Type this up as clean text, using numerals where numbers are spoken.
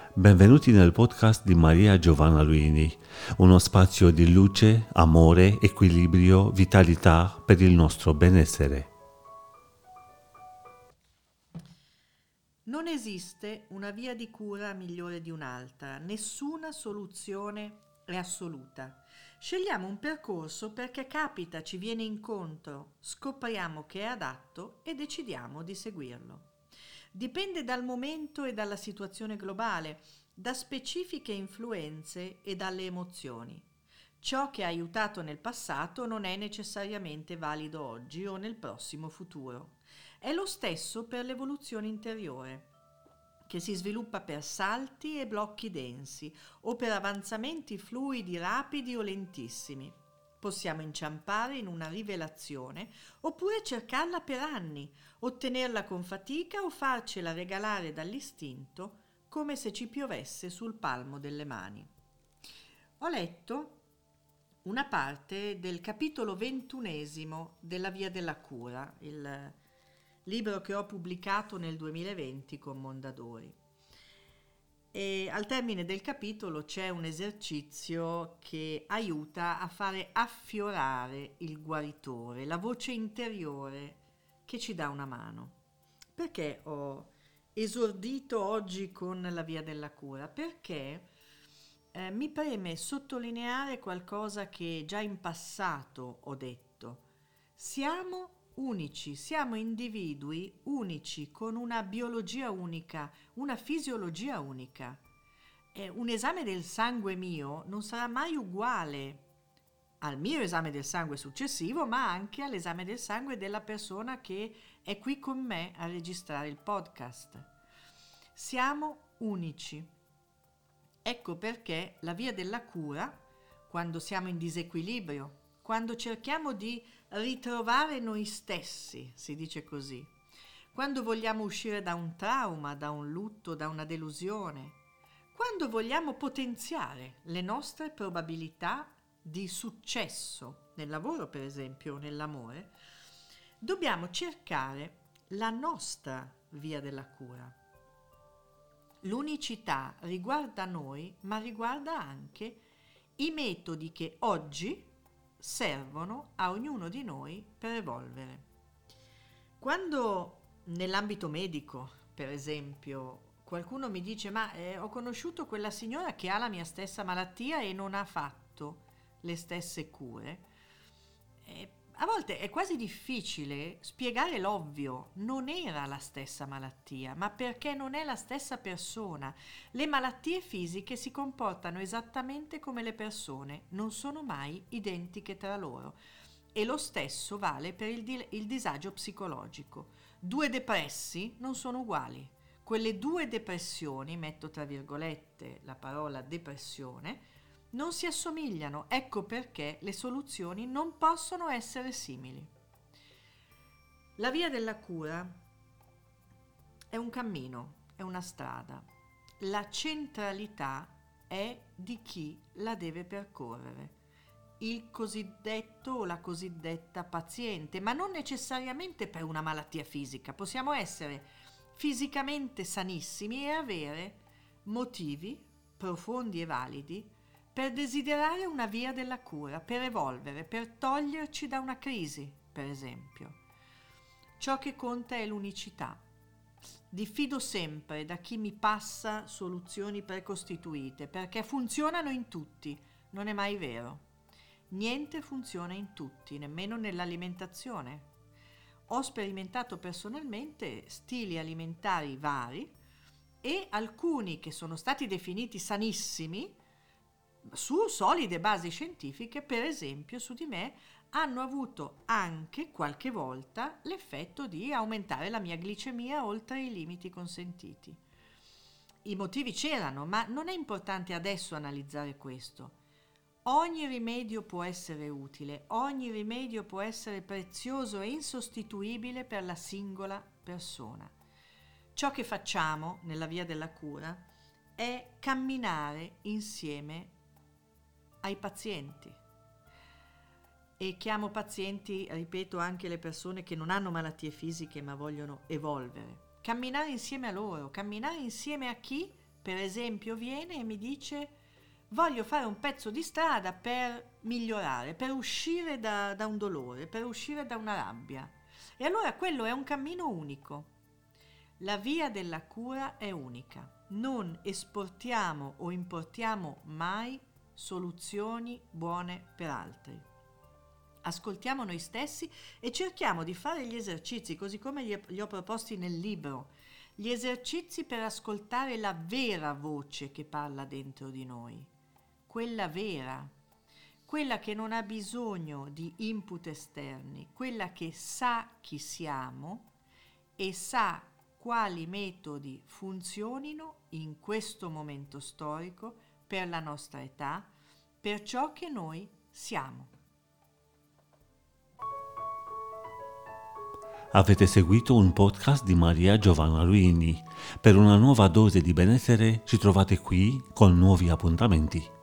Benvenuti nel podcast di Maria Giovanna Luini, uno spazio di luce, amore, equilibrio, vitalità per il nostro benessere. Non esiste una via di cura migliore di un'altra, nessuna soluzione è assoluta. Scegliamo un percorso perché capita, ci viene incontro, scopriamo che è adatto e decidiamo di seguirlo. Dipende dal momento e dalla situazione globale, da specifiche influenze e dalle emozioni. Ciò che ha aiutato nel passato non è necessariamente valido oggi o nel prossimo futuro. È lo stesso per l'evoluzione interiore, che si sviluppa per salti e blocchi densi o per avanzamenti fluidi, rapidi o lentissimi. Possiamo inciampare in una rivelazione oppure cercarla per anni, ottenerla con fatica o farcela regalare dall'istinto come se ci piovesse sul palmo delle mani. Ho letto una parte del capitolo 21 della Via della Cura, il libro che ho pubblicato nel 2020 con Mondadori. E al termine del capitolo c'è un esercizio che aiuta a fare affiorare il guaritore, la voce interiore che ci dà una mano. Perché ho esordito oggi con la Via della Cura? Perché mi preme sottolineare qualcosa che già in passato ho detto. Siamo unici, siamo individui unici con una biologia unica, una fisiologia unica. Un esame del sangue mio non sarà mai uguale al mio esame del sangue successivo, ma anche all'esame del sangue della persona che è qui con me a registrare il podcast. Siamo unici. Ecco perché la via della cura, quando siamo in disequilibrio, quando cerchiamo di ritrovare noi stessi, si dice così, quando vogliamo uscire da un trauma, da un lutto, da una delusione, quando vogliamo potenziare le nostre probabilità di successo nel lavoro, per esempio, nell'amore, dobbiamo cercare la nostra via della cura. L'unicità riguarda noi, ma riguarda anche i metodi che oggi servono a ognuno di noi per evolvere. Quando nell'ambito medico, per esempio, qualcuno mi dice ma ho conosciuto quella signora che ha la mia stessa malattia e non ha fatto le stesse cure, a volte è quasi difficile spiegare l'ovvio, non era la stessa malattia, ma perché non è la stessa persona. Le malattie fisiche si comportano esattamente come le persone, non sono mai identiche tra loro. E lo stesso vale per il disagio psicologico. Due depressi non sono uguali. Quelle due depressioni, metto tra virgolette la parola depressione, non si assomigliano, ecco perché le soluzioni non possono essere simili. La via della cura è un cammino, è una strada. La centralità è di chi la deve percorrere, il cosiddetto o la cosiddetta paziente, ma non necessariamente per una malattia fisica. Possiamo essere fisicamente sanissimi e avere motivi profondi e validi per desiderare una via della cura, per evolvere, per toglierci da una crisi, per esempio. Ciò che conta è l'unicità. Diffido sempre da chi mi passa soluzioni precostituite, perché funzionano in tutti. Non è mai vero. Niente funziona in tutti, nemmeno nell'alimentazione. Ho sperimentato personalmente stili alimentari vari e alcuni che sono stati definiti sanissimi su solide basi scientifiche, per esempio su di me, hanno avuto anche qualche volta l'effetto di aumentare la mia glicemia oltre i limiti consentiti. I motivi c'erano, ma non è importante adesso analizzare questo. Ogni rimedio può essere utile, ogni rimedio può essere prezioso e insostituibile per la singola persona. Ciò che facciamo nella via della cura è camminare insieme ai pazienti. E chiamo pazienti, ripeto, anche le persone che non hanno malattie fisiche ma vogliono evolvere. Camminare insieme a loro, camminare insieme a chi per esempio, viene e mi dice: voglio fare un pezzo di strada per migliorare, per uscire da un dolore, per uscire da una rabbia. E allora quello è un cammino unico. La via della cura è unica. Non esportiamo o importiamo mai soluzioni buone per altri. Ascoltiamo noi stessi e cerchiamo di fare gli esercizi, così come li ho proposti nel libro, gli esercizi per ascoltare la vera voce che parla dentro di noi, quella vera, quella che non ha bisogno di input esterni, quella che sa chi siamo e sa quali metodi funzionino in questo momento storico, per la nostra età, per ciò che noi siamo. Avete seguito un podcast di Maria Giovanna Luini. Per una nuova dose di benessere ci trovate qui con nuovi appuntamenti.